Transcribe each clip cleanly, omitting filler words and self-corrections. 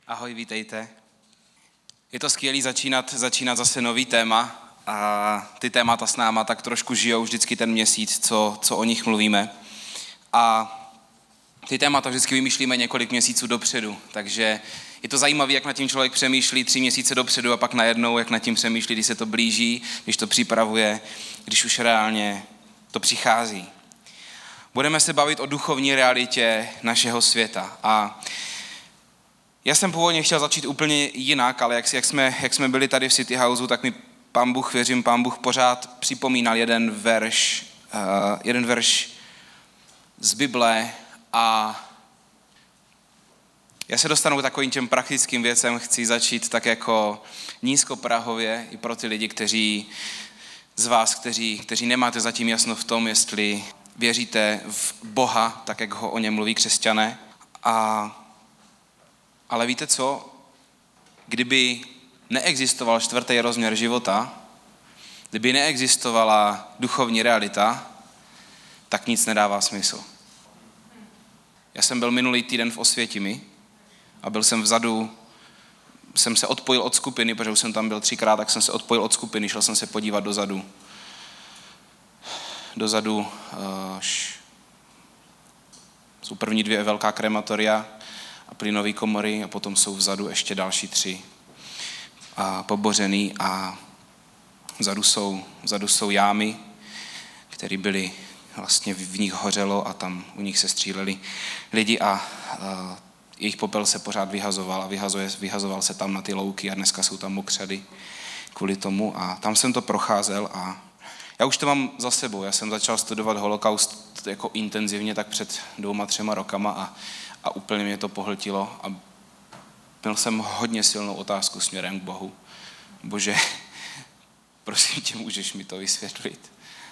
Ahoj, vítejte. Je to skvělý začínat zase nový téma a ty témata s náma tak trošku žijou vždycky ten měsíc, co o nich mluvíme. A ty témata vždycky vymýšlíme několik měsíců dopředu, takže je to zajímavé, jak nad tím člověk přemýšlí 3 měsíce dopředu a pak najednou, jak nad tím přemýšlí, když se to blíží, když to připravuje, když už reálně to přichází. Budeme se bavit o duchovní realitě našeho světa a já jsem původně chtěl začít úplně jinak, ale jak jsme byli tady v City Houseu, tak mi Pán Bůh pořád připomínal jeden verš z Bible a já se dostanu k takovým těm praktickým věcem, chci začít tak jako nízkoprahově i pro ty lidi, z vás, kteří nemáte zatím jasno v tom, jestli věříte v Boha, tak jak ho o něm mluví křesťané. Ale víte co? Kdyby neexistoval 4. rozměr života, kdyby neexistovala duchovní realita, tak nic nedává smysl. Já jsem byl minulý týden v Osvětimi a byl jsem vzadu, jsem se odpojil od skupiny, protože už jsem tam byl 3krát, tak jsem se odpojil od skupiny, šel jsem se podívat dozadu. Jsou první 2 velká krematoria a plynové komory a potom jsou vzadu ještě další 3 pobořený a vzadu jsou jámy, které byly, vlastně v nich hořelo a tam u nich se stříleli lidi a jejich popel se pořád vyhazoval a vyhazoval se tam na ty louky a dneska jsou tam mokřady kvůli tomu a tam jsem to procházel a já už to mám za sebou. Já jsem začal studovat holokaust jako intenzivně tak před 2-3 rokama a úplně mě to pohltilo a měl jsem hodně silnou otázku směrem k Bohu. Bože, prosím tě, můžeš mi to vysvětlit?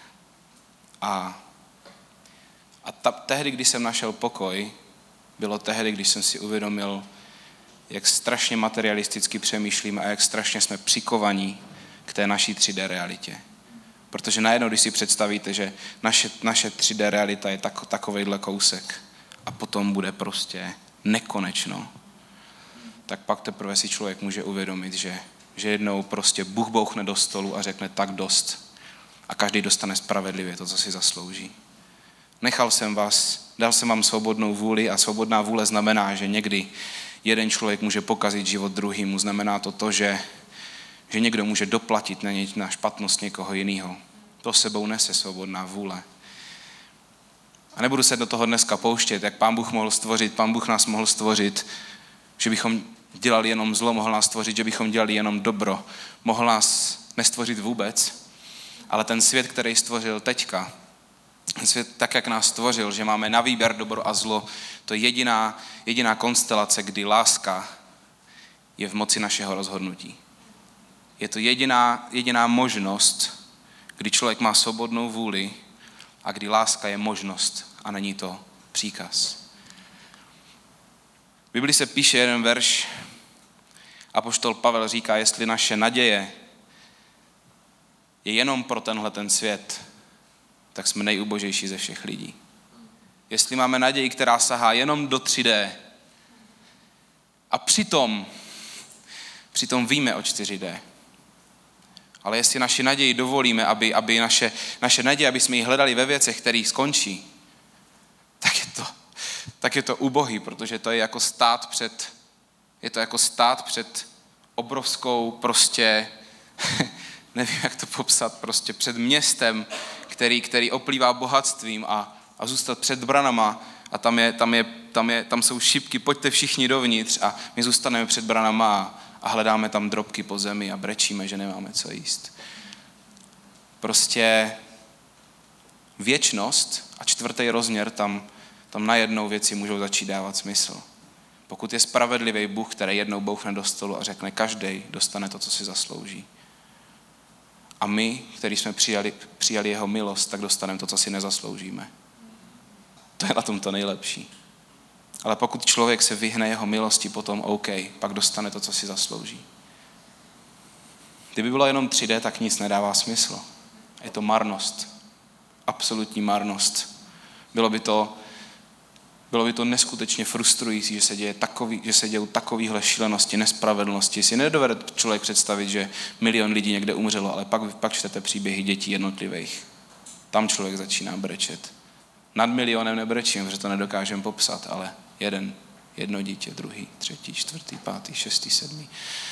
Tehdy, když jsem našel pokoj, bylo tehdy, když jsem si uvědomil, jak strašně materialisticky přemýšlíme a jak strašně jsme přikovaní k té naší 3D realitě. Protože najednou, když si představíte, že naše 3D realita je takovejhle kousek a potom bude prostě nekonečno, tak pak teprve si člověk může uvědomit, že jednou prostě Bůh bouchne do stolu a řekne tak dost a každý dostane spravedlivě to, co si zaslouží. Dal jsem vám svobodnou vůli a svobodná vůle znamená, že někdy jeden člověk může pokazit život druhýmu. Znamená to, že někdo může doplatit na špatnost někoho jiného. To sebou nese svobodná vůle. A nebudu se do toho dneska pouštět, jak Pán Bůh nás mohl stvořit, že bychom dělali jenom zlo, mohl nás stvořit, že bychom dělali jenom dobro. Mohl nás nestvořit vůbec, ale ten svět, který stvořil teďka, ten svět tak, jak nás stvořil, že máme na výběr dobro a zlo, to je jediná konstelace, kdy láska je v moci našeho rozhodnutí. Je to jediná možnost, kdy člověk má svobodnou vůli a kdy láska je možnost a není to příkaz. V Biblii se píše jeden verš, apoštol Pavel říká, jestli naše naděje je jenom pro tenhle ten svět, tak jsme nejubožejší ze všech lidí. Jestli máme naději, která sahá jenom do 3D a přitom víme o 4D, ale jestli naši naději dovolíme, aby naše naděje, aby jsme ji hledali ve věcech, které skončí, tak je to ubohý, protože to je jako stát před obrovskou prostě, nevím, jak to popsat, prostě před městem, který oplývá bohatstvím a zůstat před branama a tam jsou šipky, pojďte všichni dovnitř a my zůstaneme před branama a hledáme tam drobky po zemi a brečíme, že nemáme co jíst. Prostě věčnost a 4. rozměr tam najednou věci můžou začít dávat smysl. Pokud je spravedlivý Bůh, který jednou bouchne do stolu a řekne, každej dostane to, co si zaslouží. A my, kteří jsme přijali jeho milost, tak dostaneme to, co si nezasloužíme. To je na tom to nejlepší. Ale pokud člověk se vyhne jeho milosti, potom OK, pak dostane to, co si zaslouží. Kdyby bylo jenom 3D, tak nic nedává smysl. Je to marnost. Absolutní marnost. Bylo by to Bylo by to neskutečně frustrující, že se dějou takovýhle šílenosti, nespravedlnosti. Si nedovede člověk představit, že 1 milion lidí někde umřelo, ale pak čtete příběhy dětí jednotlivých. Tam člověk začíná brečet. Nad 1 milionem nebrečím, protože to nedokážeme popsat, ale jedno dítě, druhý, třetí, čtvrtý, pátý, šestý, sedmý.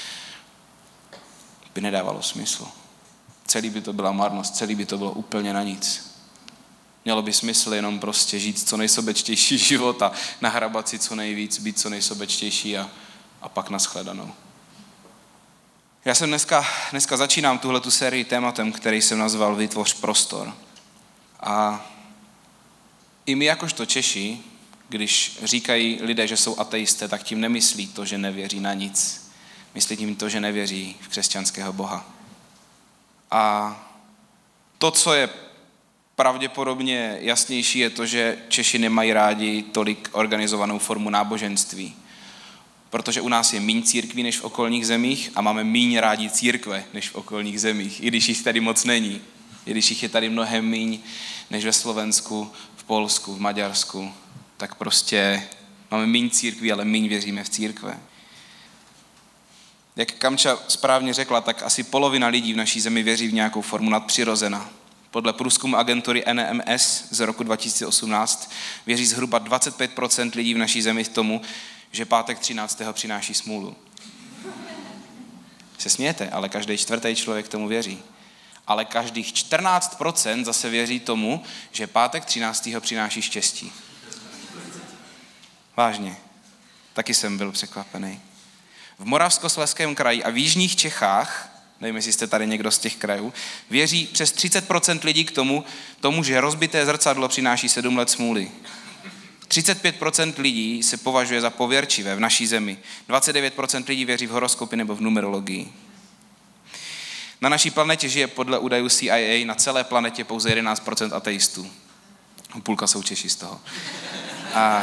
By nedávalo smysl. Celý by to byla marnost, celý by to bylo úplně na nic. Mělo by smysl jenom prostě žít co nejsobečtější život a nahrabat si co nejvíc, být co nejsobečtější a pak nashledanou. Já jsem dneska začínám tuhletu sérii tématem, který jsem nazval Vytvoř prostor. A i my jakožto Češi, když říkají lidé, že jsou ateisté, tak tím nemyslí to, že nevěří na nic. Myslí tím to, že nevěří v křesťanského Boha. A to, co je pravděpodobně jasnější, je to, že Češi nemají rádi tolik organizovanou formu náboženství. Protože u nás je míň církví než v okolních zemích a máme míň rádi církve než v okolních zemích, i když jich tady moc není. I když jich je tady mnohem míň než ve Slovensku, v Polsku, v Maďarsku, tak prostě máme míň církví, ale míň věříme v církve. Jak Kamča správně řekla, tak asi polovina lidí v naší zemi věří v nějakou formu nadpřirozena. Podle průzkumu agentury NMS z roku 2018 věří zhruba 25% lidí v naší zemi v tomu, že pátek 13. přináší smůlu. Se smějete, ale každý čtvrtý člověk tomu věří. Ale každých 14% zase věří tomu, že pátek 13. přináší štěstí. Vážně. Taky jsem byl překvapený. V Moravskoslezském kraji a v jižních Čechách, nevím, jestli jste tady někdo z těch krajů, věří přes 30% lidí k tomu, že rozbité zrcadlo přináší 7 let smůly. 35% lidí se považuje za pověrčivé v naší zemi. 29% lidí věří v horoskopy nebo v numerologii. Na naší planetě žije podle údajů CIA na celé planetě pouze 11% ateistů. Půlka jsou Češi z toho. A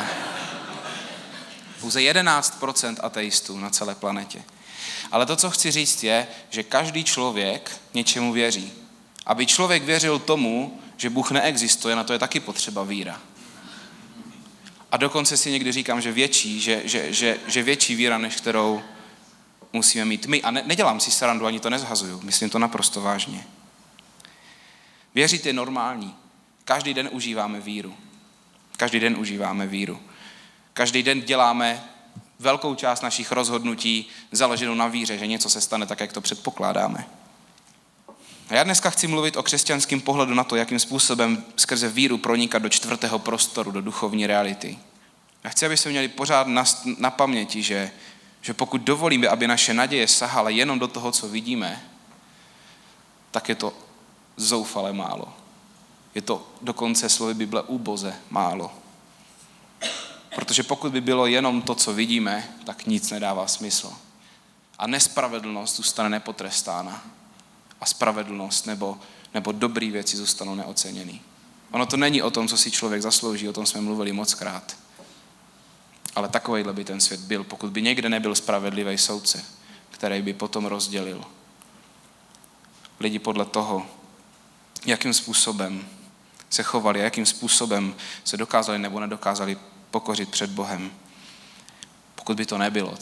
pouze 11% ateistů na celé planetě. Ale to, co chci říct, je, že každý člověk něčemu věří. Aby člověk věřil tomu, že Bůh neexistuje, na to je taky potřeba víra. A dokonce si někdy říkám, že větší víra, než kterou musíme mít my. A nedělám si srandu, ani to nezhazuju. Myslím to naprosto vážně. Věřit je normální. Každý den užíváme víru. Každý den užíváme víru. Každý den děláme velkou část našich rozhodnutí založenou na víře, že něco se stane tak, jak to předpokládáme. A já dneska chci mluvit o křesťanském pohledu na to, jakým způsobem skrze víru pronikat do 4. prostoru, do duchovní reality. Já chci, aby jsme měli pořád na paměti, že pokud dovolíme, aby naše naděje sahala jenom do toho, co vidíme, tak je to zoufale málo. Je to dokonce slovy Bible úboze málo. Protože pokud by bylo jenom to, co vidíme, tak nic nedává smysl. A nespravedlnost zůstane nepotrestána. A spravedlnost nebo dobré věci zůstanou neoceněný. Ono to není o tom, co si člověk zaslouží, o tom jsme mluvili mockrát. Ale takovejhle by ten svět byl, pokud by někde nebyl spravedlivý soudce, který by potom rozdělil lidi podle toho, jakým způsobem se chovali, jakým způsobem se dokázali nebo nedokázali pokořit před Bohem. Pokud by to nebylo,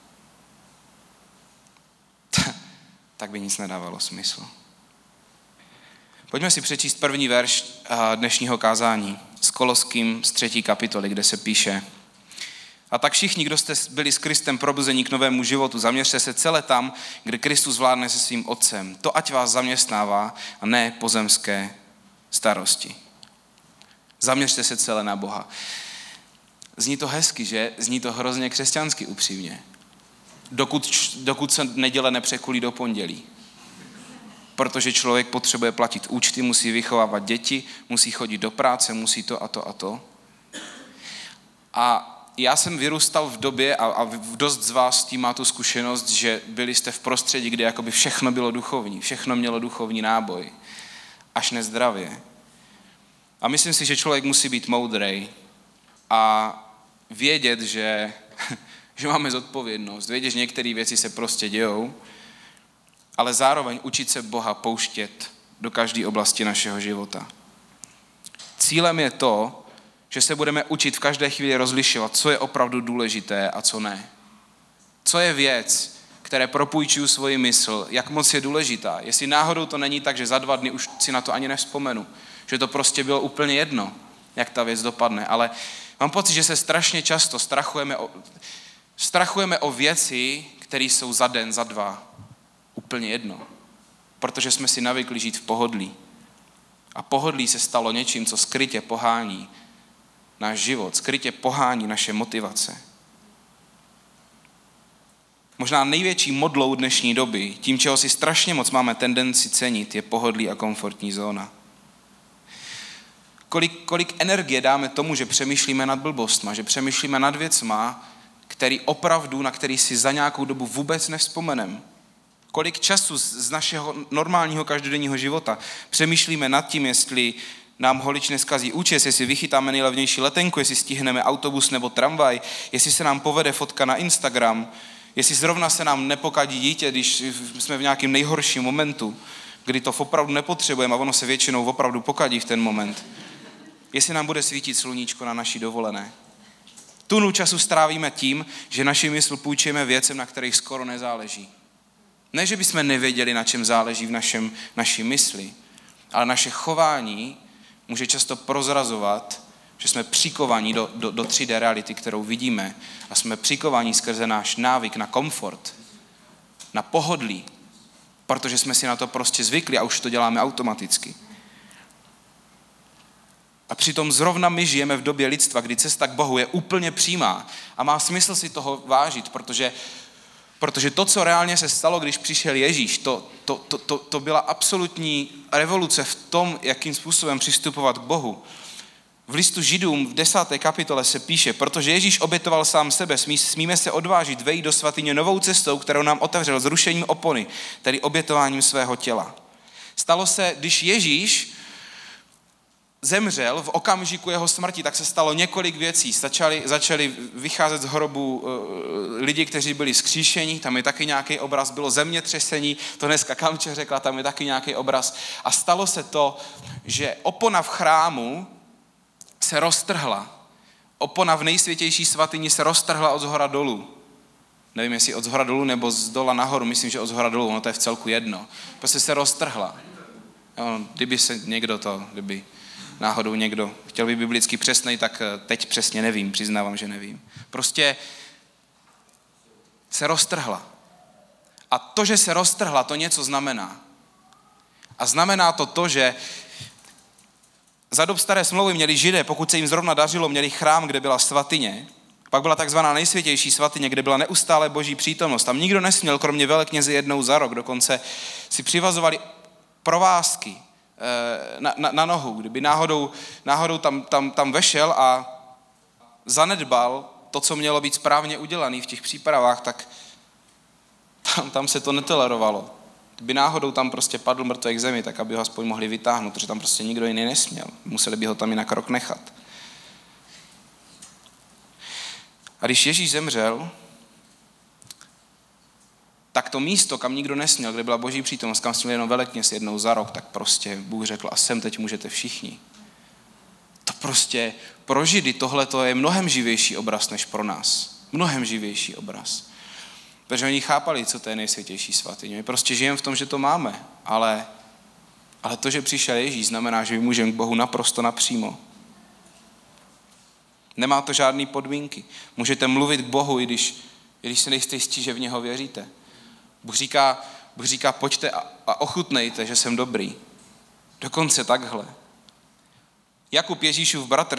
tak by nic nedávalo smysl. Pojďme si přečíst první verš dnešního kázání z Koloským z 3. kapitoly, kde se píše: A tak všichni, kdo jste byli s Kristem probuzení k novému životu, zaměřte se celé tam, kde Kristus vládne se svým Otcem. To ať vás zaměstnává a ne pozemské starosti. Zaměřte se celé na Boha. Zní to hezky, že? Zní to hrozně křesťansky upřímně. Dokud se neděle nepřekulí do pondělí. Protože člověk potřebuje platit účty, musí vychovávat děti, musí chodit do práce, musí to a to a to. A já jsem vyrůstal v době, a dost z vás s tím má tu zkušenost, že byli jste v prostředí, kde jakoby všechno bylo duchovní, všechno mělo duchovní náboj, až nezdravě. A myslím si, že člověk musí být moudrej a vědět, že máme zodpovědnost, vědět, že některé věci se prostě dějou, ale zároveň učit se Boha pouštět do každé oblasti našeho života. Cílem je to, Že se budeme učit v každé chvíli rozlišovat, co je opravdu důležité a co ne. Co je věc, které propůjčuju svoji mysl, jak moc je důležitá. Jestli náhodou to není tak, že za 2 dny už si na to ani nevzpomenu. Že to prostě bylo úplně jedno, jak ta věc dopadne. Ale mám pocit, že se strašně často strachujeme o věci, které jsou za den, za 2. Úplně jedno. Protože jsme si navykli žít v pohodlí. A pohodlí se stalo něčím, co skrytě pohání náš život, skrytě pohání naše motivace. Možná největší modlou dnešní doby, tím, čeho si strašně moc máme tendenci cenit, je pohodlí a komfortní zóna. Kolik energie dáme tomu, že přemýšlíme nad blbostma, že přemýšlíme nad věcma, na který si za nějakou dobu vůbec nevzpomeneme. Kolik času z našeho normálního každodenního života přemýšlíme nad tím, jestli nám holič neskazí účes, jestli vychytáme nejlevnější letenku, jestli stihneme autobus nebo tramvaj, jestli se nám povede fotka na Instagram, jestli zrovna se nám nepokadí dítě, když jsme v nějakém nejhorším momentu, kdy to opravdu nepotřebujeme a ono se většinou opravdu pokadí v ten moment. Jestli nám bude svítit sluníčko na naší dovolené. Tunu času strávíme tím, že naši mysl půjčujeme věcem, na kterých skoro nezáleží. Ne, že bychom nevěděli, na čem záleží v naší mysli, ale naše chování může často prozrazovat, že jsme přikovaní do 3D reality, kterou vidíme, a jsme přikovaní skrze náš návyk na komfort, na pohodlí, protože jsme si na to prostě zvykli a už to děláme automaticky. A přitom zrovna my žijeme v době lidstva, kdy cesta k Bohu je úplně přímá a má smysl si toho vážit, protože to, co reálně se stalo, když přišel Ježíš, to byla absolutní revoluce v tom, jakým způsobem přistupovat k Bohu. V listu Židům v 10. kapitole se píše, protože Ježíš obětoval sám sebe, smíme se odvážit vejít do svatyně novou cestou, kterou nám otevřel zrušením opony, tedy obětováním svého těla. Stalo se, když Ježíš zemřel, v okamžiku jeho smrti, tak se stalo několik věcí. Začali vycházet z hrobu lidi, kteří byli vzkříšení, tam je taky nějaký obraz, bylo zemětřesení, to dneska Kamče řekla, tam je taky nějaký obraz. A stalo se to, že opona v chrámu se roztrhla. Opona v nejsvětější svatyni se roztrhla od zhora dolů. Nevím, jestli od zhora dolů nebo z dola nahoru, myslím, že od zhora dolů, ono to je v celku jedno. Prostě se roztrhla. Kdyby náhodou někdo chtěl být biblicky přesnej, tak teď přesně nevím, přiznávám, že nevím. Prostě se roztrhla. A to, že se roztrhla, to něco znamená. A znamená to, že za dob staré smlouvy měli Židé, pokud se jim zrovna dařilo, měli chrám, kde byla svatyně, pak byla takzvaná nejsvětější svatyně, kde byla neustále boží přítomnost. Tam nikdo nesměl, kromě velekněze jednou za rok, dokonce si přivazovali provázky na nohu. Kdyby náhodou tam vešel a zanedbal to, co mělo být správně udělané v těch přípravách, tak tam se to netolerovalo. Kdyby náhodou tam prostě padl mrtvý k zemi, tak aby ho aspoň mohli vytáhnout, protože tam prostě nikdo jiný nesměl. Museli by ho tam jinak rok nechat. A když Ježíš zemřel, tak to místo, kam nikdo nesměl, kde byla boží přítomnost, kam směl jenom velekněz jednou za rok, tak prostě Bůh řekl, a sem teď můžete všichni. To prostě pro Židy tohleto je mnohem živější obraz než pro nás. Mnohem živější obraz. Protože oni chápali, co to je nejsvětější svatyně. My prostě žijeme v tom, že to máme, ale to, že přišel Ježíš, znamená, že my můžeme k Bohu naprosto napřímo. Nemá to žádný podmínky. Můžete mluvit k Bohu, i když se nejste jistí, že v něho věříte. Bůh říká, pojďte a ochutnejte, že jsem dobrý. Dokonce takhle. Jakub, Ježíšův bratr,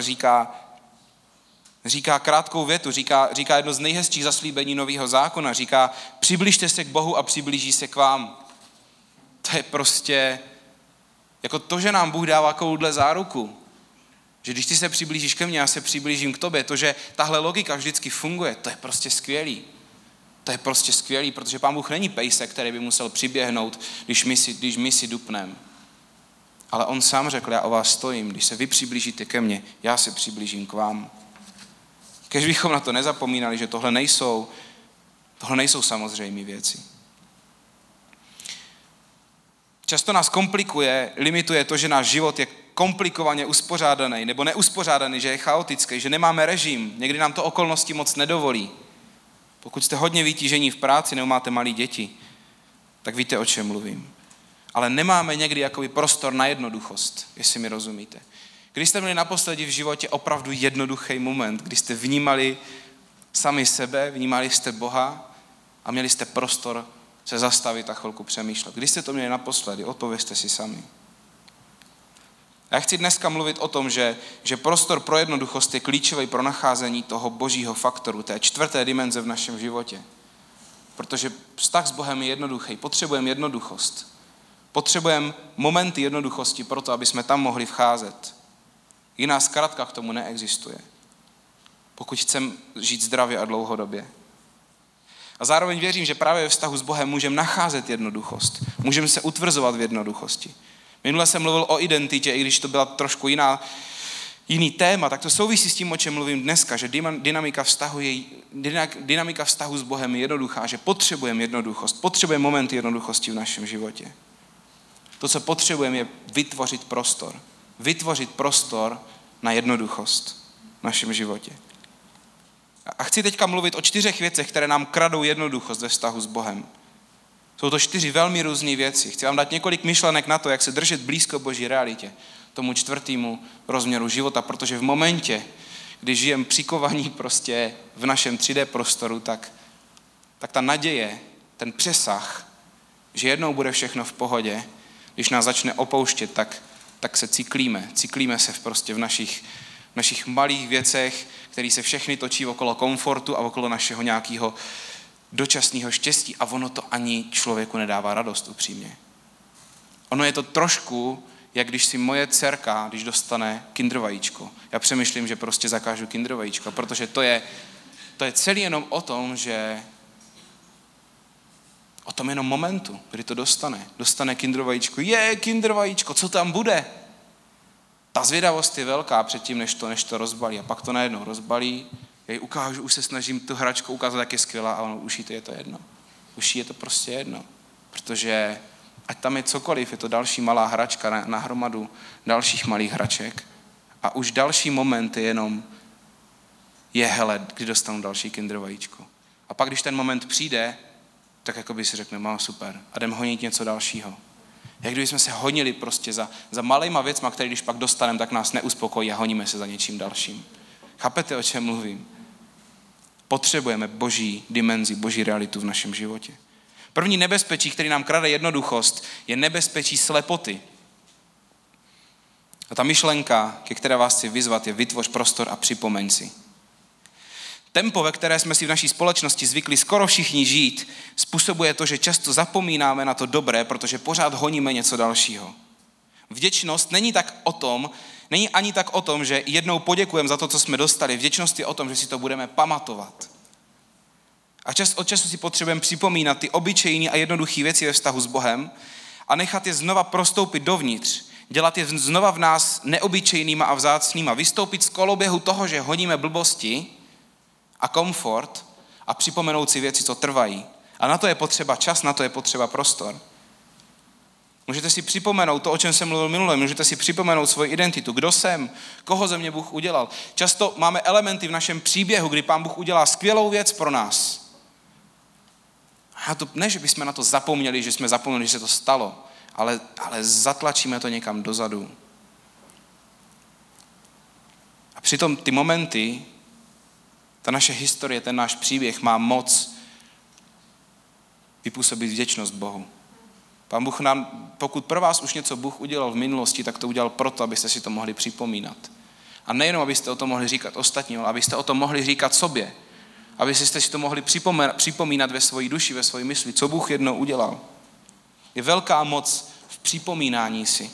říká krátkou větu, říká jedno z nejhezčích zaslíbení Nového zákona, říká, přibližte se k Bohu a přiblíží se k vám. To je prostě jako to, že nám Bůh dává takovouhle záruku, že když ty se přiblížíš ke mně, já se přiblížím k tobě, to, že tahle logika vždycky funguje, to je prostě skvělý. To je prostě skvělý, protože Pán Bůh není pejsek, který by musel přiběhnout, když my si dupneme. Ale on sám řekl, já o vás stojím, když se vy přiblížíte ke mně, já se přiblížím k vám. Kež bychom na to nezapomínali, že tohle nejsou samozřejmé věci. Často nás komplikuje, limituje to, že náš život je komplikovaně uspořádaný nebo neuspořádaný, že je chaotický, že nemáme režim, někdy nám to okolnosti moc nedovolí. Pokud jste hodně vytížení v práci nebo máte malé děti, tak víte, o čem mluvím. Ale nemáme někdy jakoby prostor na jednoduchost, jestli mi rozumíte. Když jste měli naposledy v životě opravdu jednoduchý moment, kdy jste vnímali sami sebe, vnímali jste Boha a měli jste prostor se zastavit a chvilku přemýšlet. Když jste to měli naposledy, odpovězte si sami. Já chci dneska mluvit o tom, že prostor pro jednoduchost je klíčový pro nacházení toho božího faktoru, té čtvrté dimenze v našem životě. Protože vztah s Bohem je jednoduchý, potřebujeme jednoduchost. Potřebujeme momenty jednoduchosti pro to, aby jsme tam mohli vcházet. Jiná zkratka k tomu neexistuje. Pokud chceme žít zdravě a dlouhodobě. A zároveň věřím, že právě ve vztahu s Bohem můžeme nacházet jednoduchost. Můžeme se utvrzovat v jednoduchosti. Minule jsem mluvil o identitě, i když to byla trošku jiný téma, tak to souvisí s tím, o čem mluvím dneska, že dynamika vztahu s Bohem je jednoduchá, že potřebujeme jednoduchost, potřebujeme momenty jednoduchosti v našem životě. To, co potřebujeme, je vytvořit prostor na jednoduchost v našem životě. A chci teďka mluvit o 4 věcech, které nám kradou jednoduchost ve vztahu s Bohem. Jsou to 4 velmi různé věci. Chci vám dát několik myšlenek na to, jak se držet blízko Boží realitě, tomu 4. rozměru života, protože v momentě, kdy žijeme přikovaní prostě v našem 3D prostoru, tak ta naděje, ten přesah, že jednou bude všechno v pohodě, když nás začne opouštět, tak se cyklíme. Cyklíme se prostě v našich malých věcech, které se všechny točí okolo komfortu a okolo našeho nějakého dočasného štěstí a ono to ani člověku nedává radost, upřímně. Ono je to trošku, jak když si moje dcerka, když dostane kindervajíčko. Já přemýšlím, že prostě zakážu kindervajíčko, protože to je celý jenom o tom, že o tom jenom momentu, kdy to dostane kindervajíčko. Kindervajíčko, co tam bude? Ta zvědavost je velká předtím, než to rozbalí. A pak to najednou rozbalí, já ji ukážu, už se snažím tu hračku ukázat, jak je skvělá a ono už jí to je to jedno. Už jí je to prostě jedno. Protože ať tam je cokoliv, je to další malá hračka na hromadu dalších malých hraček. A už další moment je jenom hele, kdy dostanu další kindervajíčko. A pak, když ten moment přijde, tak jako by si řekne, super, a jdem honit něco dalšího. Jak kdybychom se honili prostě za malejma věcma, které když pak dostaneme, tak nás neuspokojí a honíme se za něčím dalším. Chápete, o čem mluvím? Potřebujeme boží dimenzi, boží realitu v našem životě. První nebezpečí, který nám krade jednoduchost, je nebezpečí slepoty. A ta myšlenka, ke které vás chci vyzvat, je vytvoř prostor a připomeň si. Tempo, ve které jsme si v naší společnosti zvykli skoro všichni žít, způsobuje to, že často zapomínáme na to dobré, protože pořád honíme něco dalšího. Vděčnost není ani tak o tom, že jednou poděkujeme za to, co jsme dostali. Vděčnost je o tom, že si to budeme pamatovat. A čas od času si potřebujeme připomínat ty obyčejné a jednoduché věci ve vztahu s Bohem a nechat je znova prostoupit dovnitř, dělat je znova v nás neobyčejnýma a vzácnýma, vystoupit z koloběhu toho, že honíme blbosti a komfort a připomenout si věci, co trvají. A na to je potřeba čas, na to je potřeba prostor. Můžete si připomenout to, o čem jsem mluvil minule, můžete si připomenout svoji identitu, kdo jsem, koho ze mě Bůh udělal. Často máme elementy v našem příběhu, kdy Pán Bůh udělá skvělou věc pro nás. A to ne, že bychom na to zapomněli, že jsme zapomněli, že se to stalo, ale zatlačíme to někam dozadu. A přitom ty momenty, ta naše historie, ten náš příběh má moc vypůsobit vděčnost Bohu. Pán Bůh nám, pokud pro vás už něco Bůh udělal v minulosti, tak to udělal proto, abyste si to mohli připomínat. A nejenom, abyste o tom mohli říkat ostatním, ale abyste o tom mohli říkat sobě. Abyste si to mohli připomínat ve své duši, ve své mysli, co Bůh jednou udělal. Je velká moc v připomínání si.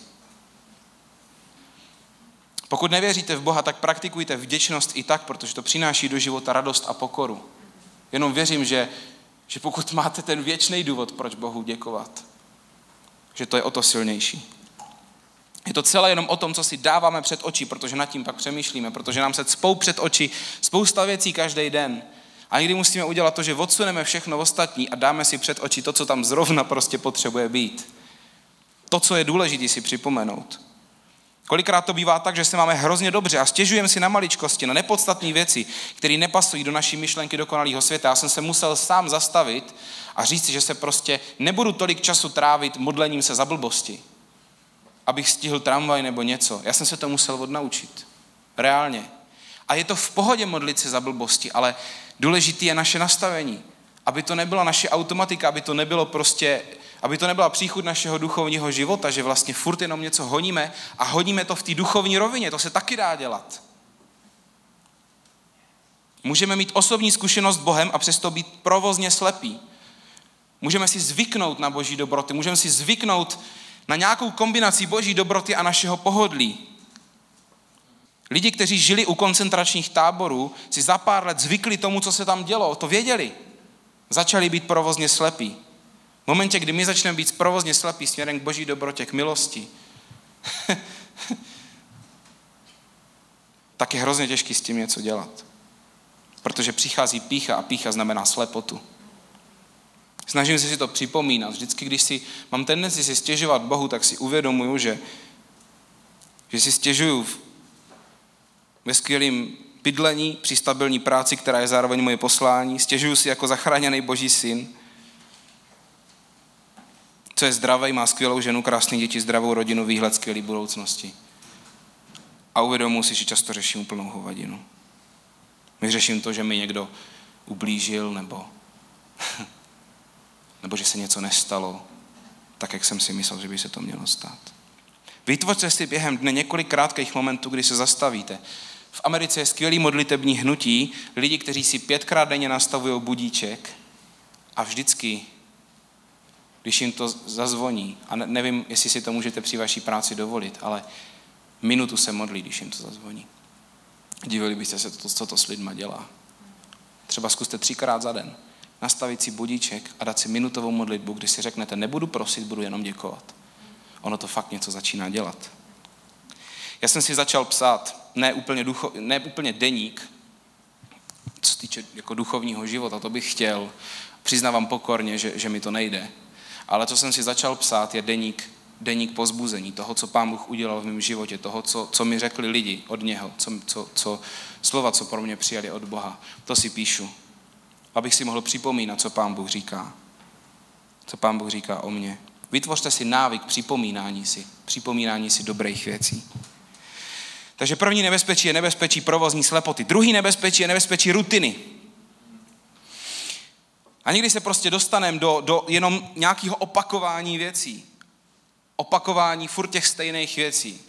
Pokud nevěříte v Boha, tak praktikujte vděčnost i tak, protože to přináší do života radost a pokoru. Jenom věřím, že pokud máte ten věčný důvod, proč Bohu děkovat, že to je o to silnější. Je to celé jenom o tom, co si dáváme před oči, protože nad tím pak přemýšlíme, protože nám se cpou před oči spousta věcí každý den. A někdy musíme udělat to, že odsuneme všechno ostatní a dáme si před oči to, co tam zrovna prostě potřebuje být. To, co je důležité si připomenout. Kolikrát to bývá tak, že se máme hrozně dobře a stěžujeme si na maličkosti, na nepodstatné věci, které nepasují do naší myšlenky dokonalého světa. Já jsem se musel sám zastavit a říct si, že se prostě nebudu tolik času trávit modlením se za blbosti, abych stihl tramvaj nebo něco. Já jsem se to musel odnaučit. Reálně. A je to v pohodě modlit se za blbosti, ale důležité je naše nastavení. Aby to nebyla naše automatika, aby to nebyla příchuť našeho duchovního života, že vlastně furt jenom něco honíme a honíme to v té duchovní rovině. To se taky dá dělat. Můžeme mít osobní zkušenost s Bohem a přesto být provozně slepí. Můžeme si zvyknout na Boží dobroty, můžeme si zvyknout na nějakou kombinaci Boží dobroty a našeho pohodlí. Lidi, kteří žili u koncentračních táborů, si za pár let zvykli tomu, co se tam dělo, to věděli. Začali být provozně slepí. V momentě, kdy my začneme být provozně slepí směrem k Boží dobrotě, k milosti, tak je hrozně těžký s tím něco dělat. Protože přichází pýcha a pýcha znamená slepotu. Snažím se si to připomínat. Vždycky, když mám tendenci si stěžovat Bohu, tak si uvědomuju, že si stěžuju ve skvělém bydlení, při stabilní práci, která je zároveň moje poslání. Stěžuju si jako zachráněný Boží syn, co je zdravý, má skvělou ženu, krásné děti, zdravou rodinu, výhled skvělý budoucnosti. A uvědomuji si, že často řeším úplnou hovadinu. Vyřeším to, že mi někdo ublížil, nebo že se něco nestalo, tak, jak jsem si myslel, že by se to mělo stát. Vytvořte si během dne několik krátkých momentů, kdy se zastavíte. V Americe je skvělý modlitební hnutí, lidi, kteří si 5krát denně nastavují budíček a vždycky, když jim to zazvoní, a nevím, jestli si to můžete při vaší práci dovolit, ale minutu se modlí, když jim to zazvoní. Divili byste se, co to s lidma dělá. Třeba zkuste 3krát za den nastavit si budíček a dát si minutovou modlitbu, kdy si řeknete, nebudu prosit, budu jenom děkovat. Ono to fakt něco začíná dělat. Já jsem si začal psát ne úplně deník, co se týče jako duchovního života, to bych chtěl. Přiznávám pokorně, že mi to nejde. Ale co jsem si začal psát, je deník povzbuzení, toho, co Pán Bůh udělal v mém životě, toho, co mi řekli lidi od něho, slova, co pro mě přijali od Boha. To si píšu, abych si mohl připomínat, co Pán Bůh říká. Co Pán Bůh říká o mně. Vytvořte si návyk připomínání si dobrých věcí. Takže první nebezpečí je nebezpečí provozní slepoty. Druhý nebezpečí je nebezpečí rutiny. A někdy se prostě dostaneme do jenom nějakého opakování věcí. Opakování furt těch stejných věcí.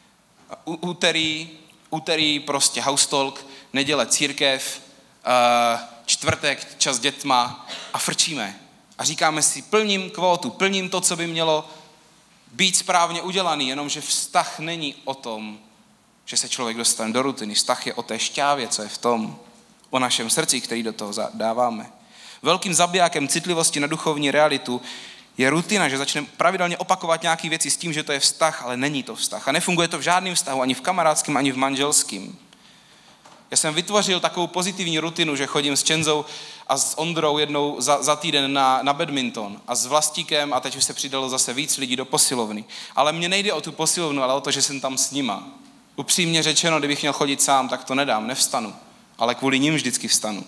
Úterý prostě house talk, neděle církev, čtvrtek čas s dětma a frčíme. A říkáme si, plním kvótu, plním to, co by mělo být správně udělaný, jenomže vztah není o tom, že se člověk dostane do rutiny. Vztah je o té šťávě, co je v tom, o našem srdci, který do toho dáváme. Velkým zabijákem citlivosti na duchovní realitu je rutina, že začneme pravidelně opakovat nějaké věci s tím, že to je vztah, ale není to vztah. A nefunguje to v žádném vztahu, ani v kamarádském, ani v manželském. Já jsem vytvořil takovou pozitivní rutinu, že chodím s Čenzou a s Ondrou jednou za týden na badminton a s Vlastíkem a teď už se přidalo zase víc lidí do posilovny. Ale mně nejde o tu posilovnu, ale o to, že jsem tam s nima. Upřímně řečeno, kdybych měl chodit sám, tak to nedám, nevstanu. Ale kvůli nim vždycky vstanu.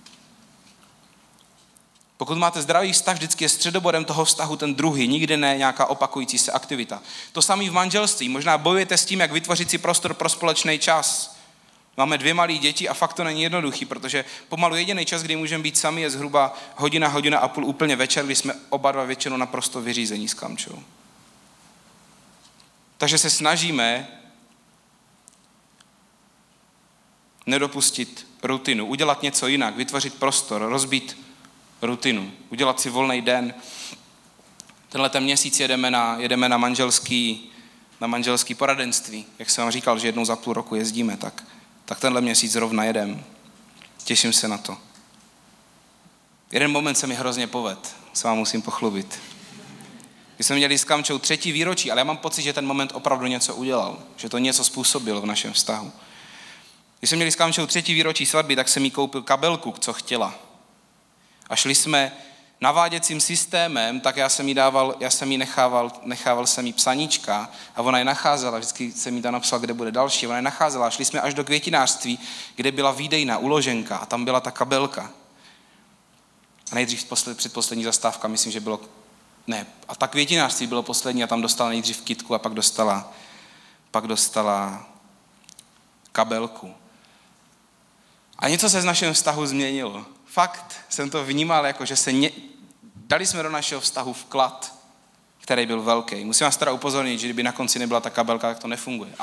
Pokud máte zdravý vztah, vždycky je středobodem toho vztahu ten druhý, nikdy ne nějaká opakující se aktivita. To samé v manželství. Možná bojujete s tím, jak vytvořit si prostor pro společný čas. Máme 2 malé děti a fakt to není jednoduchý, protože pomalu jediný čas, kdy můžeme být sami, je zhruba hodina a půl úplně večer, kdy jsme oba dva většinou naprosto vyřízení s Kamčou. Takže se snažíme nedopustit rutinu, udělat něco jinak, vytvořit prostor, rozbít rutinu, udělat si volný den. Tenhle ten měsíc jedeme na manželský poradenství. Jak jsem vám říkal, že jednou za půl roku jezdíme, tak tenhle měsíc zrovna jedem. Těším se na to. Jeden moment se mi hrozně povedl, se vám musím pochlubit. Když jsme měli s Kamčou 3. výročí, ale já mám pocit, že ten moment opravdu něco udělal, že to něco způsobilo v našem vztahu. Když jsme měli s Kamčou 3. výročí svatby, tak jsem jí koupil kabelku, co chtěla. A šli jsme naváděcím systémem, tak já jsem jí nechával jsem jí psaníčka a ona je nacházela, vždycky jsem jí tam napsal, kde bude další, ona je nacházela, šli jsme až do květinářství, kde byla výdejna, uloženka a tam byla ta kabelka. A nejdřív předposlední zastávka, myslím, že bylo, a ta květinářství bylo poslední a tam dostala nejdřív kytku a pak dostala kabelku. A něco se z našeho vztahu změnilo. Fakt jsem to vnímal, jako že dali jsme do našeho vztahu vklad, který byl velký. Musím vás teda upozornit, že kdyby na konci nebyla ta kabelka, tak to nefunguje.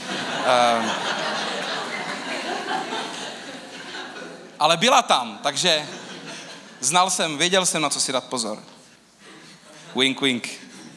Ale byla tam, takže věděl jsem, na co si dát pozor. Wink, wink.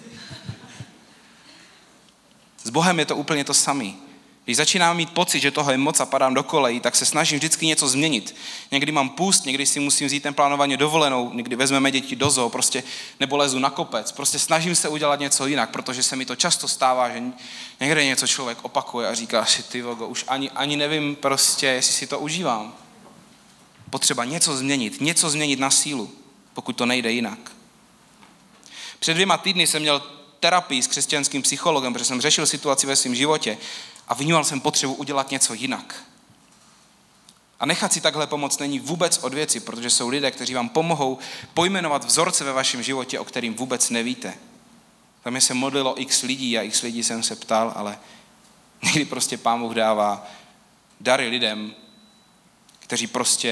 S Bohem je to úplně to samé. Když začínám mít pocit, že toho je moc a padám do kolejí, tak se snažím vždycky něco změnit. Někdy mám půst, někdy si musím vzít ten plánovaně dovolenou, někdy vezmeme děti do zoo, nebo lezu na kopec. Snažím se udělat něco jinak, protože se mi to často stává, že někde něco člověk opakuje a říká si, ty vogo, už ani nevím jestli si to užívám. Potřeba něco změnit na sílu, pokud to nejde jinak. Před 2 týdny jsem měl terapii s křesťanským psychologem, protože jsem řešil situaci ve svém životě a vnímal jsem potřebu udělat něco jinak. A nechat si takhle pomoct není vůbec od věci, protože jsou lidé, kteří vám pomohou pojmenovat vzorce ve vašem životě, o kterým vůbec nevíte. Tam se modlilo x lidí a x lidí jsem se ptal, ale někdy Pán Bůh dává dary lidem, kteří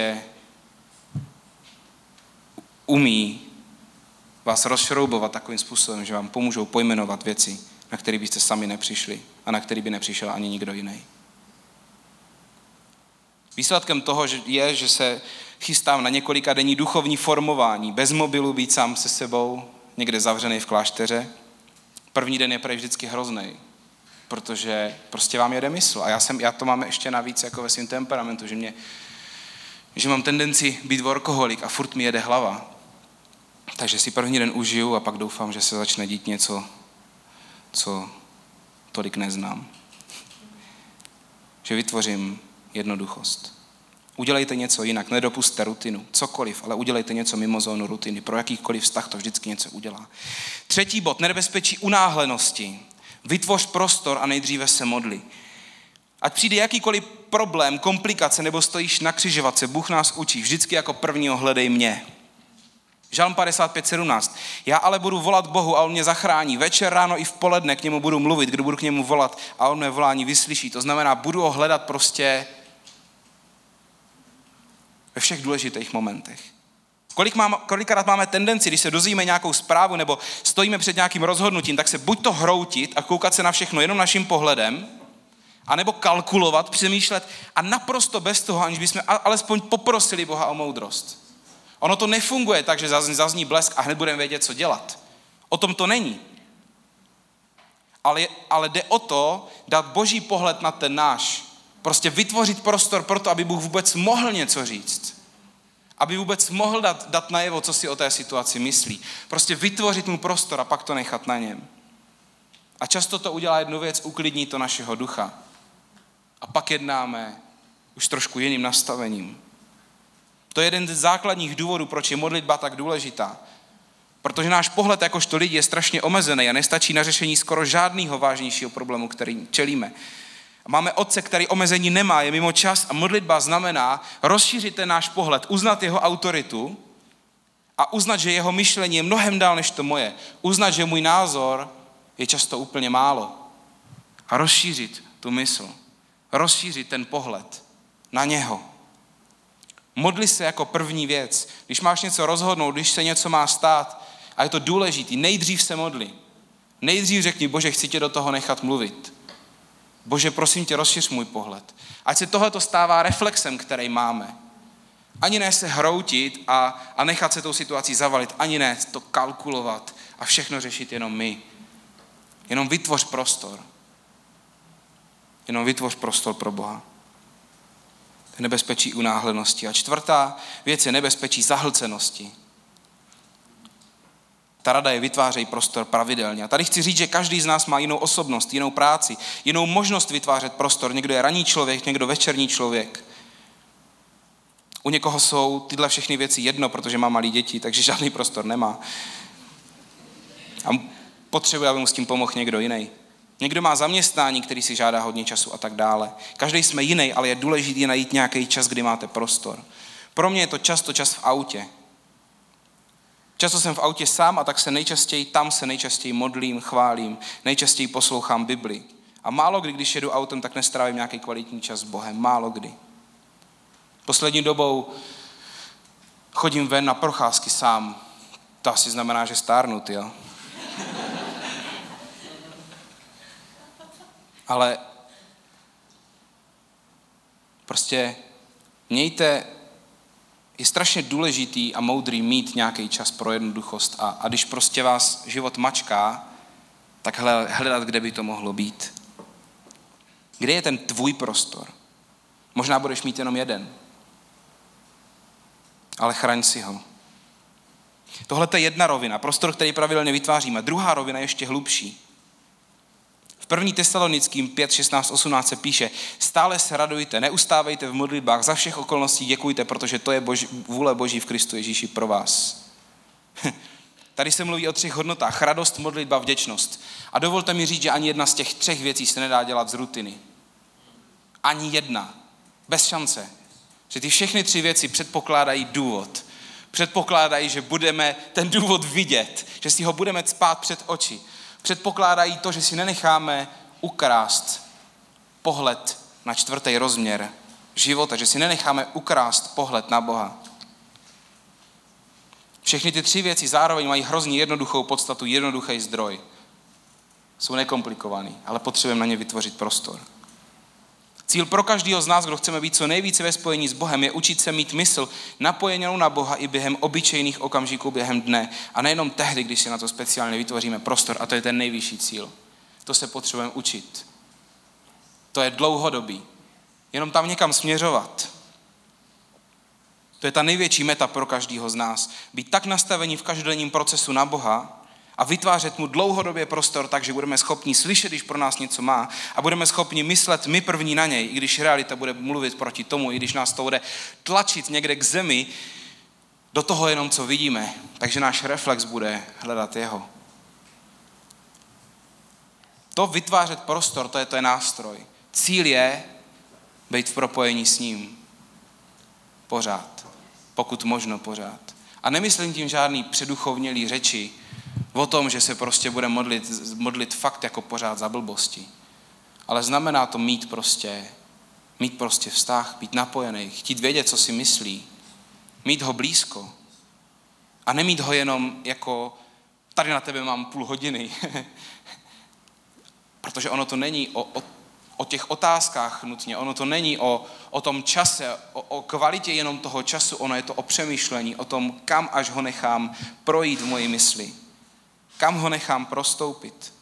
umí vás rozšroubovat takovým způsobem, že vám pomůžou pojmenovat věci, na které byste sami nepřišli a na který by nepřišel ani nikdo jiný. Výsledkem toho je, že se chystám na několika denní duchovní formování, bez mobilu, být sám se sebou, někde zavřený v klášteře. První den je prej vždycky hrozný, protože vám jede mysl. A já to mám ještě navíc jako ve svém temperamentu, že mám tendenci být workoholik a furt mi jede hlava. Takže si první den užiju a pak doufám, že se začne dít něco, co tolik neznám. Že vytvořím jednoduchost. Udělejte něco jinak, nedopusťte rutinu, cokoliv, ale udělejte něco mimo zónu rutiny. Pro jakýkoliv vztah to vždycky něco udělá. 3. bod, nebezpečí unáhlenosti. Vytvoř prostor a nejdříve se modli. Ať přijde jakýkoliv problém, komplikace nebo stojíš na křižovatce, Bůh nás učí, vždycky jako prvního hledej mě. Žalm 55:17. Já ale budu volat Bohu a on mě zachrání. Večer, ráno i v poledne k němu budu mluvit, kdy budu k němu volat a on mé volání vyslyší. To znamená, budu ho hledat ve všech důležitých momentech. Kolikrát máme tendenci, když se dozvíme nějakou zprávu nebo stojíme před nějakým rozhodnutím, tak se buď to hroutit a koukat se na všechno jenom naším pohledem, anebo kalkulovat, přemýšlet a naprosto bez toho, aniž bychom alespoň poprosili Boha o moudrost. Ono to nefunguje tak, že zazní blesk a hned budeme vědět, co dělat. O tom to není. Ale jde o to, dát Boží pohled na ten náš. Vytvořit prostor pro to, aby Bůh vůbec mohl něco říct. Aby vůbec mohl dát najevo, co si o té situaci myslí. Vytvořit mu prostor a pak to nechat na něm. A často to udělá jednu věc, uklidní to našeho ducha. A pak jednáme už trošku jiným nastavením. To je jeden z základních důvodů, proč je modlitba tak důležitá. Protože náš pohled jakožto lidi je strašně omezený a nestačí na řešení skoro žádného vážnějšího problému, který čelíme. A máme Otce, který omezení nemá, je mimo čas a modlitba znamená rozšířit ten náš pohled, uznat jeho autoritu a uznat, že jeho myšlení je mnohem dál než to moje. Uznat, že můj názor je často úplně málo. A rozšířit tu mysl. Rozšířit ten pohled na něho. Modli se jako první věc. Když máš něco rozhodnout, když se něco má stát a je to důležitý, nejdřív se modli. Nejdřív řekni, Bože, chci tě do toho nechat mluvit. Bože, prosím tě, rozšiř můj pohled. Ať se tohleto stává reflexem, který máme. Ani ne se hroutit a nechat se tou situací zavalit, ani ne to kalkulovat a všechno řešit jenom my. Jenom vytvoř prostor. Jenom vytvoř prostor pro Boha. Nebezpečí unáhlenosti. A 4. věc je nebezpečí zahlcenosti. Ta rada je vytvářej prostor pravidelně. A tady chci říct, že každý z nás má jinou osobnost, jinou práci, jinou možnost vytvářet prostor. Někdo je ranní člověk, někdo večerní člověk. U někoho jsou tyhle všechny věci jedno, protože má malé děti, takže žádný prostor nemá. A potřebuje, aby mu s tím pomohl někdo jiný. Někdo má zaměstnání, který si žádá hodně času a tak dále. Každý jsme jiný, ale je důležité najít nějaký čas, kdy máte prostor. Pro mě je to často čas v autě. Často jsem v autě sám a tak se nejčastěji modlím, chválím, nejčastěji poslouchám Bibli. A málo kdy, když jedu autem, tak nestrávím nějaký kvalitní čas s Bohem. Málo kdy. Poslední dobou chodím ven na procházky sám. To asi znamená, že stárnu, jo. Ale prostě je strašně důležitý a moudrý mít nějaký čas pro jednoduchost a když prostě vás život mačká, tak hledat, kde by to mohlo být. Kde je ten tvůj prostor? Možná budeš mít jenom jeden, ale chraň si ho. Tohle je jedna rovina, prostor, který pravidelně vytváříme. Druhá rovina je ještě hlubší. V 1. Tesalonickým 5, 16, 18 se píše: stále se radujte, neustávejte v modlitbách, za všech okolností děkujte, protože to je vůle Boží v Kristu Ježíši pro vás. Tady se mluví o 3 hodnotách: radost, modlitba, vděčnost. A dovolte mi říct, že ani jedna z těch 3 věcí se nedá dělat z rutiny. Ani jedna. Bez šance. Že ty všechny 3 věci předpokládají důvod. Předpokládají, že budeme ten důvod vidět, že si ho budeme cpát před oči. Předpokládají to, že si nenecháme ukrást pohled na 4. rozměr života, že si nenecháme ukrást pohled na Boha. Všechny ty 3 věci zároveň mají hrozně jednoduchou podstatu, jednoduchý zdroj. Jsou nekomplikovaný, ale potřebujeme na ně vytvořit prostor. Cíl pro každého z nás, kdo chceme být co nejvíce ve spojení s Bohem, je učit se mít mysl napojenou na Boha i během obyčejných okamžiků během dne. A nejenom tehdy, když si na to speciálně vytvoříme prostor. A to je ten nejvyšší cíl. To se potřebujeme učit. To je dlouhodobý. Jenom tam někam směřovat. To je ta největší meta pro každého z nás. Být tak nastavení v každodenním procesu na Boha a vytvářet mu dlouhodobě prostor tak, že budeme schopni slyšet, když pro nás něco má, a budeme schopni myslet my první na něj, i když realita bude mluvit proti tomu, i když nás to bude tlačit někde k zemi, do toho jenom, co vidíme. Takže náš reflex bude hledat jeho. To vytvářet prostor, to je nástroj. Cíl je být v propojení s ním. Pořád. Pokud možno pořád. A nemyslím tím žádný předuchovnělý řeči o tom, že se prostě bude modlit fakt jako pořád za blbosti. Ale znamená to mít prostě vztah, být napojený, chtít vědět, co si myslí, mít ho blízko a nemít ho jenom jako tady na tebe mám půl hodiny. Protože ono to není o těch otázkách nutně, ono to není o tom čase, o kvalitě jenom toho času, ono je to o přemýšlení, o tom, kam až ho nechám projít v mojí mysli. Kam ho nechám prostoupit.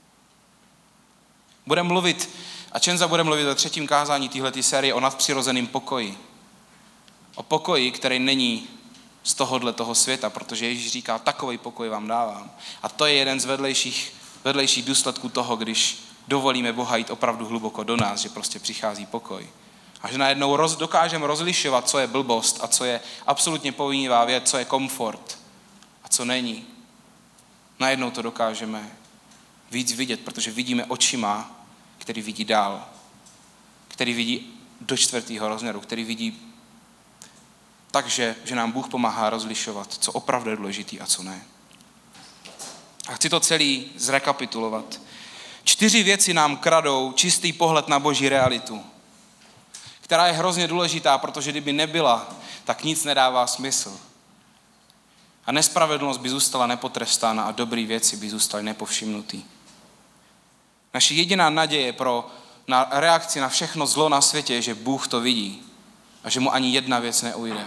Bude mluvit, a Čenza bude mluvit ve 3. kázání téhleté série o nadpřirozeném pokoji. O pokoji, který není z toho světa, protože Ježíš říká, takovej pokoj vám dávám. A to je jeden z vedlejších důsledků toho, když dovolíme Boha jít opravdu hluboko do nás, že prostě přichází pokoj. A že najednou dokážeme rozlišovat, co je blbost a co je absolutně povinivá věc, co je komfort a co není. Najednou to dokážeme víc vidět, protože vidíme očima, který vidí dál, který vidí do 4. rozměru, který vidí takže, že nám Bůh pomáhá rozlišovat, co opravdu je důležitý a co ne. A chci to celý zrekapitulovat. 4 věci nám kradou čistý pohled na Boží realitu, která je hrozně důležitá, protože kdyby nebyla, tak nic nedává smysl. A nespravedlnost by zůstala nepotrestána a dobré věci by zůstaly nepovšimnutý. Naše jediná naděje na reakci na všechno zlo na světě je, že Bůh to vidí a že mu ani jedna věc neujde.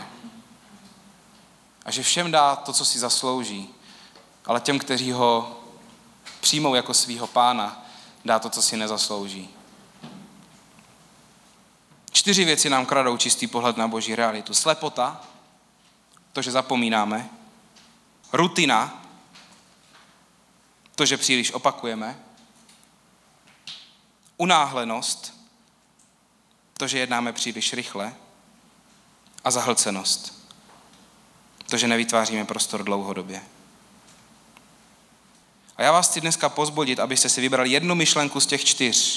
A že všem dá to, co si zaslouží, ale těm, kteří ho přijmou jako svýho pána, dá to, co si nezaslouží. 4 věci nám kradou čistý pohled na Boží realitu. Slepota, to, že zapomínáme. Rutina, to, že příliš opakujeme. Unáhlenost, to, že jednáme příliš rychle. a zahlcenost. To, že nevytváříme prostor dlouhodobě. A já vás chci dneska pozbudit, abyste si vybrali jednu myšlenku z těch 4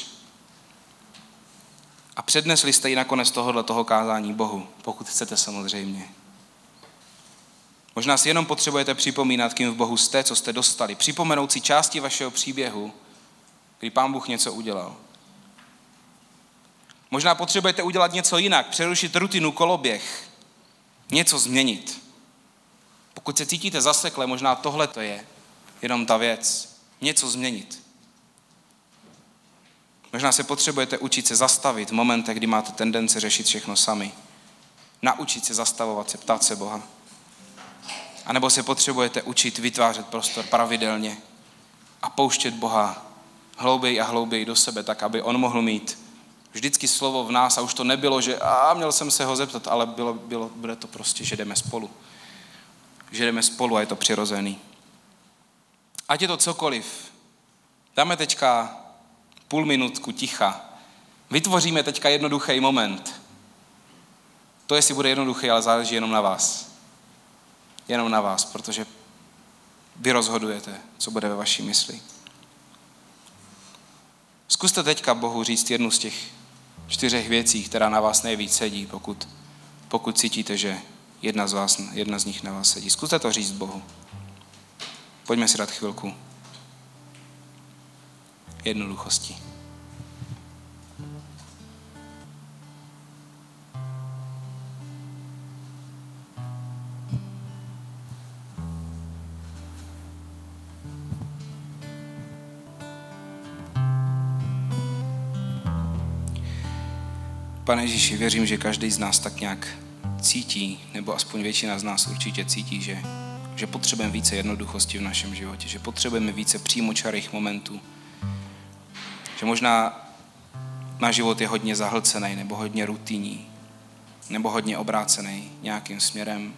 a přednesli jste ji nakonec toho kázání Bohu, pokud chcete samozřejmě. Možná si jenom potřebujete připomínat, kým v Bohu jste, co jste dostali. Připomenout si části vašeho příběhu, kdy Pán Bůh něco udělal. Možná potřebujete udělat něco jinak, přerušit rutinu, koloběh, něco změnit. Pokud se cítíte zasekle, možná tohle to je jenom ta věc, něco změnit. Možná se potřebujete učit se zastavit v momentech, kdy máte tendence řešit všechno sami. Naučit se zastavovat se, ptát se Boha. A nebo se potřebujete učit vytvářet prostor pravidelně a pouštět Boha hlouběji a hlouběji do sebe, tak aby on mohl mít vždycky slovo v nás a už to nebylo, že měl jsem se ho zeptat, ale bude to prostě, že jdeme spolu. Že jdeme spolu a je to přirozený. Ať je to cokoliv, dáme teďka půl minutku ticha. Vytvoříme teďka jednoduchý moment. To, jestli bude jednoduchý, ale záleží jenom na vás. Jenom na vás, protože vy rozhodujete, co bude ve vaší mysli. Zkuste teďka Bohu říct jednu z těch 4 věcí, která na vás nejvíc sedí, pokud cítíte, že jedna z nich na vás sedí. Zkuste to říct Bohu. Pojďme si dát chvilku jednoduchosti. Pane Ježíši, věřím, že každý z nás tak nějak cítí, nebo aspoň většina z nás určitě cítí, že potřebujeme více jednoduchosti v našem životě, že potřebujeme více přímočarých momentů, že možná náš život je hodně zahlcený, nebo hodně rutinní, nebo hodně obrácený nějakým směrem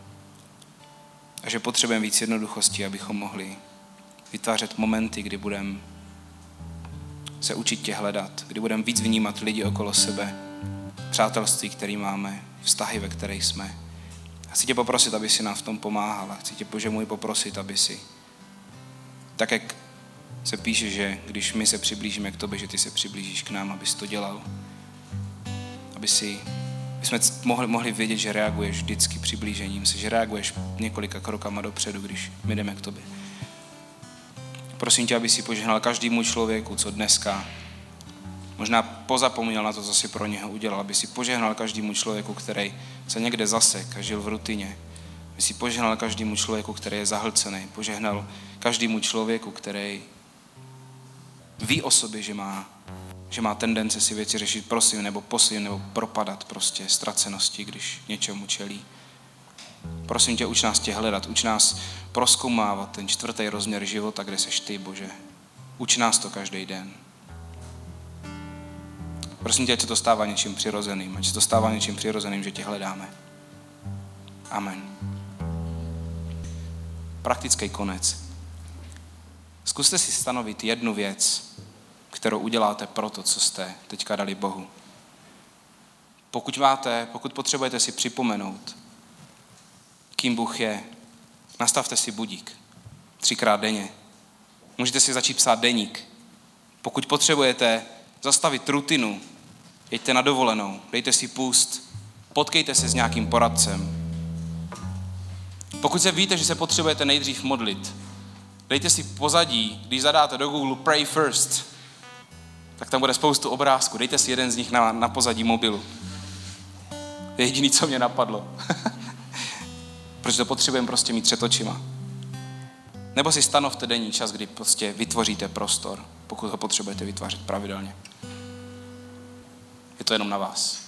a že potřebujeme víc jednoduchosti, abychom mohli vytvářet momenty, kdy budeme se učit tě hledat, kdy budeme víc vnímat lidi okolo sebe, přátelství, které máme, vztahy, ve kterých jsme. A chci tě poprosit, aby si nám v tom pomáhala. Chci tě, Bože můj, poprosit, aby si, tak jak se píše, že když my se přiblížíme k tobě, že ty se přiblížíš k nám, abys to dělal. Aby jsme mohli vědět, že reaguješ vždycky přiblížením se, že reaguješ několika krokama dopředu, když my jdeme k tobě. Prosím tě, aby si požehnal každému člověku, co dneska možná pozapomněl na to, co si pro něho udělal, aby si požehnal každému člověku, který se někde zasek a žil v rutině. Aby si požehnal každému člověku, který je zahlcený. Požehnal každému člověku, který ví o sobě, že má tendence si věci řešit prosím, nebo propadat prostě ztracenosti, když něčemu čelí. Prosím tě, uč nás tě hledat, uč nás prozkoumávat ten 4. rozměr života, kde seš ty, Bože. Uč nás to každý den. Prosím tě, ať se to stává něčím přirozeným, že tě hledáme. Amen. Praktický konec. Zkuste si stanovit jednu věc, kterou uděláte pro to, co jste teďka dali Bohu. Pokud potřebujete si připomenout, kým Bůh je, nastavte si budík 3krát denně. Můžete si začít psát deník. Pokud potřebujete zastavit rutinu, jeďte na dovolenou, dejte si půst, potkejte se s nějakým poradcem. Pokud se víte, že se potřebujete nejdřív modlit, dejte si pozadí, když zadáte do Google Pray First, tak tam bude spoustu obrázků, dejte si jeden z nich na pozadí mobilu. To je jediný, co mě napadlo. Protože to potřebujeme prostě mít před očima. Nebo si stanovte denní čas, kdy prostě vytvoříte prostor, pokud ho potřebujete vytvářet pravidelně. Je to jenom na vás.